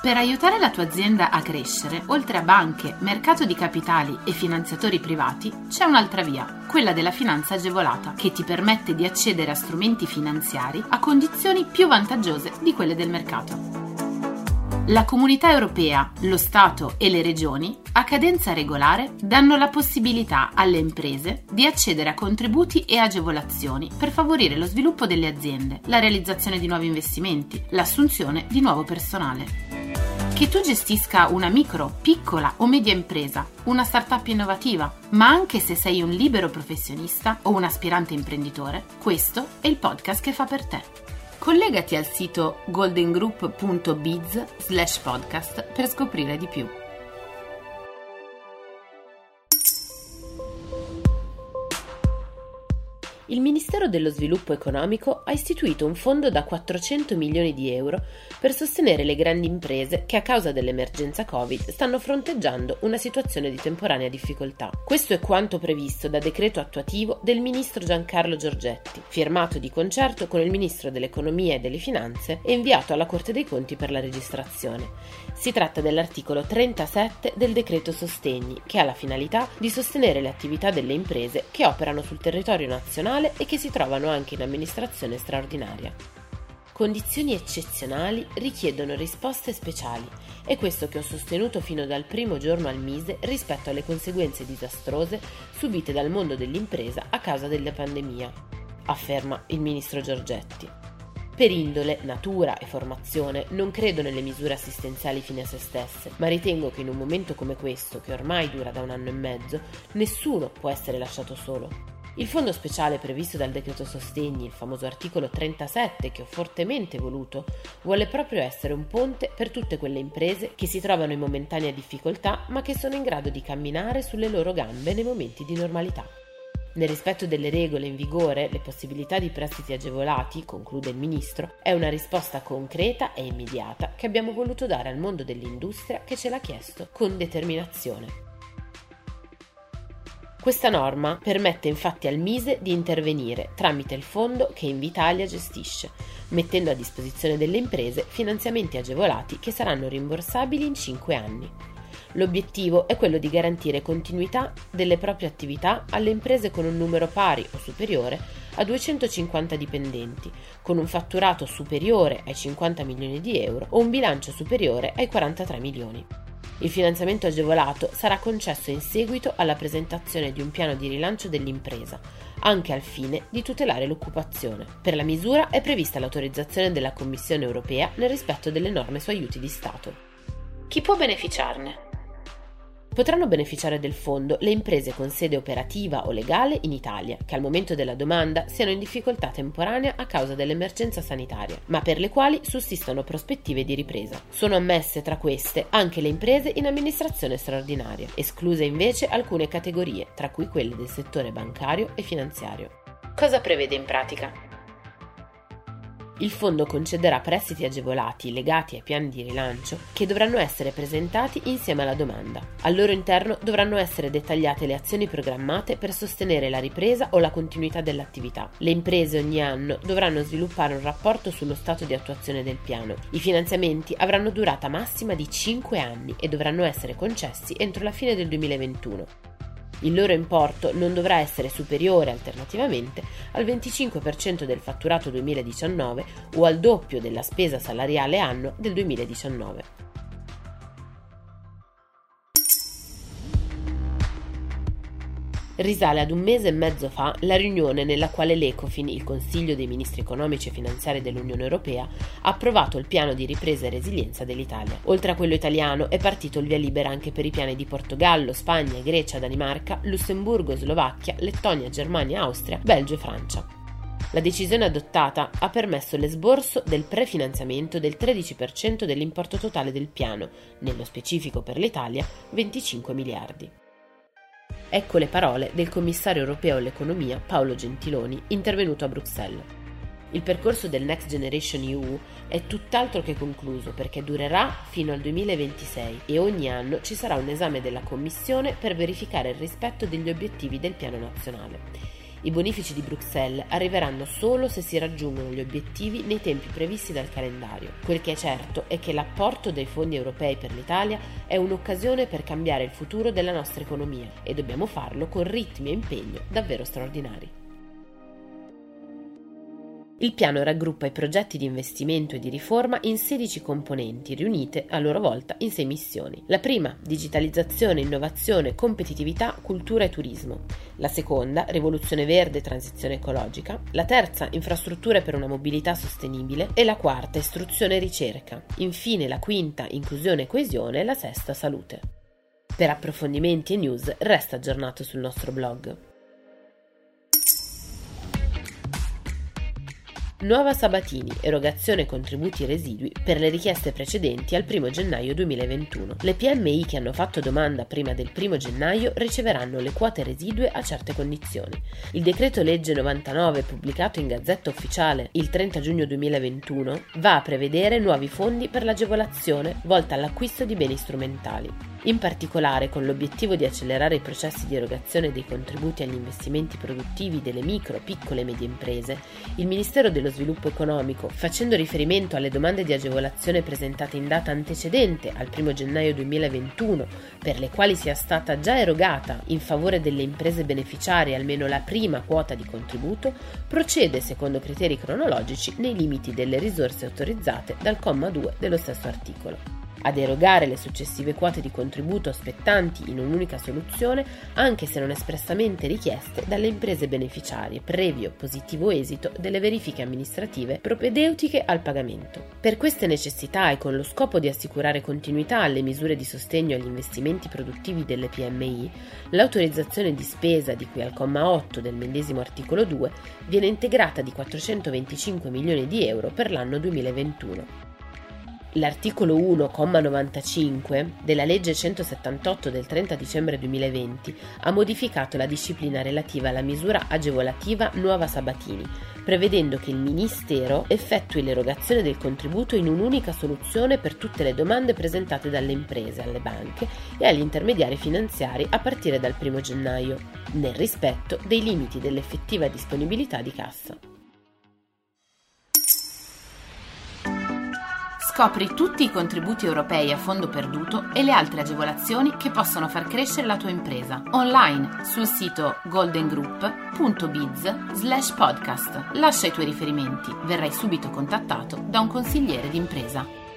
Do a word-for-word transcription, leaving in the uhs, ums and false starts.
Per aiutare la tua azienda a crescere, oltre a banche, mercato di capitali e finanziatori privati, c'è un'altra via, quella della finanza agevolata, che ti permette di accedere a strumenti finanziari a condizioni più vantaggiose di quelle del mercato. La Comunità Europea, lo Stato e le Regioni, a cadenza regolare, danno la possibilità alle imprese di accedere a contributi e agevolazioni per favorire lo sviluppo delle aziende, la realizzazione di nuovi investimenti, l'assunzione di nuovo personale. Che tu gestisca una micro, piccola o media impresa, una startup innovativa, ma anche se sei un libero professionista o un aspirante imprenditore, questo è il podcast che fa per te. Collegati al sito goldengroup punto biz slash podcast per scoprire di più. Il Ministero dello Sviluppo Economico ha istituito un fondo da quattrocento milioni di euro per sostenere le grandi imprese che a causa dell'emergenza Covid stanno fronteggiando una situazione di temporanea difficoltà. Questo è quanto previsto da decreto attuativo del ministro Giancarlo Giorgetti, firmato di concerto con il ministro dell'Economia e delle Finanze e inviato alla Corte dei Conti per la registrazione. Si tratta dell'articolo trentasette del decreto sostegni, che ha la finalità di sostenere le attività delle imprese che operano sul territorio nazionale e che si trovano anche in amministrazione straordinaria. Condizioni eccezionali richiedono risposte speciali, è questo che ho sostenuto fino dal primo giorno al Mise rispetto alle conseguenze disastrose subite dal mondo dell'impresa a causa della pandemia, afferma il ministro Giorgetti. Per indole, natura e formazione non credo nelle misure assistenziali fine a se stesse, ma ritengo che in un momento come questo, che ormai dura da un anno e mezzo, nessuno può essere lasciato solo. Il fondo speciale previsto dal decreto sostegni, il famoso articolo trentasette che ho fortemente voluto, vuole proprio essere un ponte per tutte quelle imprese che si trovano in momentanea difficoltà ma che sono in grado di camminare sulle loro gambe nei momenti di normalità. Nel rispetto delle regole in vigore, le possibilità di prestiti agevolati, conclude il ministro, è una risposta concreta e immediata che abbiamo voluto dare al mondo dell'industria che ce l'ha chiesto con determinazione. Questa norma permette infatti al Mise di intervenire tramite il fondo che Invitalia gestisce, mettendo a disposizione delle imprese finanziamenti agevolati che saranno rimborsabili in cinque anni. L'obiettivo è quello di garantire continuità delle proprie attività alle imprese con un numero pari o superiore a duecentocinquanta dipendenti, con un fatturato superiore ai cinquanta milioni di euro o un bilancio superiore ai quarantatré milioni. Il finanziamento agevolato sarà concesso in seguito alla presentazione di un piano di rilancio dell'impresa, anche al fine di tutelare l'occupazione. Per la misura è prevista l'autorizzazione della Commissione europea nel rispetto delle norme su aiuti di Stato. Chi può beneficiarne? Potranno beneficiare del fondo le imprese con sede operativa o legale in Italia, che al momento della domanda siano in difficoltà temporanea a causa dell'emergenza sanitaria, ma per le quali sussistono prospettive di ripresa. Sono ammesse tra queste anche le imprese in amministrazione straordinaria, escluse invece alcune categorie, tra cui quelle del settore bancario e finanziario. Cosa prevede in pratica? Il fondo concederà prestiti agevolati legati ai piani di rilancio che dovranno essere presentati insieme alla domanda. Al loro interno dovranno essere dettagliate le azioni programmate per sostenere la ripresa o la continuità dell'attività. Le imprese ogni anno dovranno sviluppare un rapporto sullo stato di attuazione del piano. I finanziamenti avranno durata massima di cinque anni e dovranno essere concessi entro la fine del duemilaventuno. Il loro importo non dovrà essere superiore, alternativamente, al venticinque per cento del fatturato duemiladiciannove o al doppio della spesa salariale annua del duemiladiciannove. Risale ad un mese e mezzo fa la riunione nella quale l'Ecofin, il Consiglio dei Ministri Economici e Finanziari dell'Unione Europea, ha approvato il piano di ripresa e resilienza dell'Italia. Oltre a quello italiano è partito il via libera anche per i piani di Portogallo, Spagna, Grecia, Danimarca, Lussemburgo, Slovacchia, Lettonia, Germania, Austria, Belgio e Francia. La decisione adottata ha permesso l'esborso del prefinanziamento del tredici per cento dell'importo totale del piano, nello specifico per l'Italia venticinque miliardi. Ecco le parole del commissario europeo all'economia Paolo Gentiloni, intervenuto a Bruxelles. Il percorso del Next Generation E U è tutt'altro che concluso perché durerà fino al duemilaventisei e ogni anno ci sarà un esame della Commissione per verificare il rispetto degli obiettivi del piano nazionale. I bonifici di Bruxelles arriveranno solo se si raggiungono gli obiettivi nei tempi previsti dal calendario. Quel che è certo è che l'apporto dei fondi europei per l'Italia è un'occasione per cambiare il futuro della nostra economia e dobbiamo farlo con ritmi e impegno davvero straordinari. Il piano raggruppa i progetti di investimento e di riforma in sedici componenti, riunite a loro volta in sei missioni. La prima, digitalizzazione, innovazione, competitività, cultura e turismo. La seconda, rivoluzione verde e transizione ecologica. La terza, infrastrutture per una mobilità sostenibile. E la quarta, istruzione e ricerca. Infine la quinta, inclusione e coesione. E la sesta, salute. Per approfondimenti e news, resta aggiornato sul nostro blog. Nuova Sabatini, erogazione contributi residui per le richieste precedenti al primo gennaio duemilaventuno. Le P M I che hanno fatto domanda prima del primo gennaio riceveranno le quote residue a certe condizioni. Il decreto legge novantanove, pubblicato in Gazzetta Ufficiale il trenta giugno duemilaventuno, va a prevedere nuovi fondi per l'agevolazione volta all'acquisto di beni strumentali. In particolare, con l'obiettivo di accelerare i processi di erogazione dei contributi agli investimenti produttivi delle micro, piccole e medie imprese, il Ministero dello Sviluppo Economico, facendo riferimento alle domande di agevolazione presentate in data antecedente al primo gennaio duemilaventuno, per le quali sia stata già erogata in favore delle imprese beneficiarie almeno la prima quota di contributo, procede secondo criteri cronologici nei limiti delle risorse autorizzate dal comma due dello stesso articolo. Ad erogare le successive quote di contributo spettanti in un'unica soluzione, anche se non espressamente richieste dalle imprese beneficiarie, previo positivo esito delle verifiche amministrative propedeutiche al pagamento. Per queste necessità e con lo scopo di assicurare continuità alle misure di sostegno agli investimenti produttivi delle P M I, l'autorizzazione di spesa di cui al comma otto del medesimo articolo due viene integrata di quattrocentoventicinque milioni di euro per l'anno duemilaventuno. L'articolo uno, comma novantacinque della legge centosettantotto del trenta dicembre duemilaventi ha modificato la disciplina relativa alla misura agevolativa Nuova Sabatini, prevedendo che il Ministero effettui l'erogazione del contributo in un'unica soluzione per tutte le domande presentate dalle imprese, alle banche e agli intermediari finanziari a partire dal primo gennaio, nel rispetto dei limiti dell'effettiva disponibilità di cassa. Scopri tutti i contributi europei a fondo perduto e le altre agevolazioni che possono far crescere la tua impresa online sul sito goldengroup punto biz slash podcast. Lascia i tuoi riferimenti, verrai subito contattato da un consigliere d'impresa.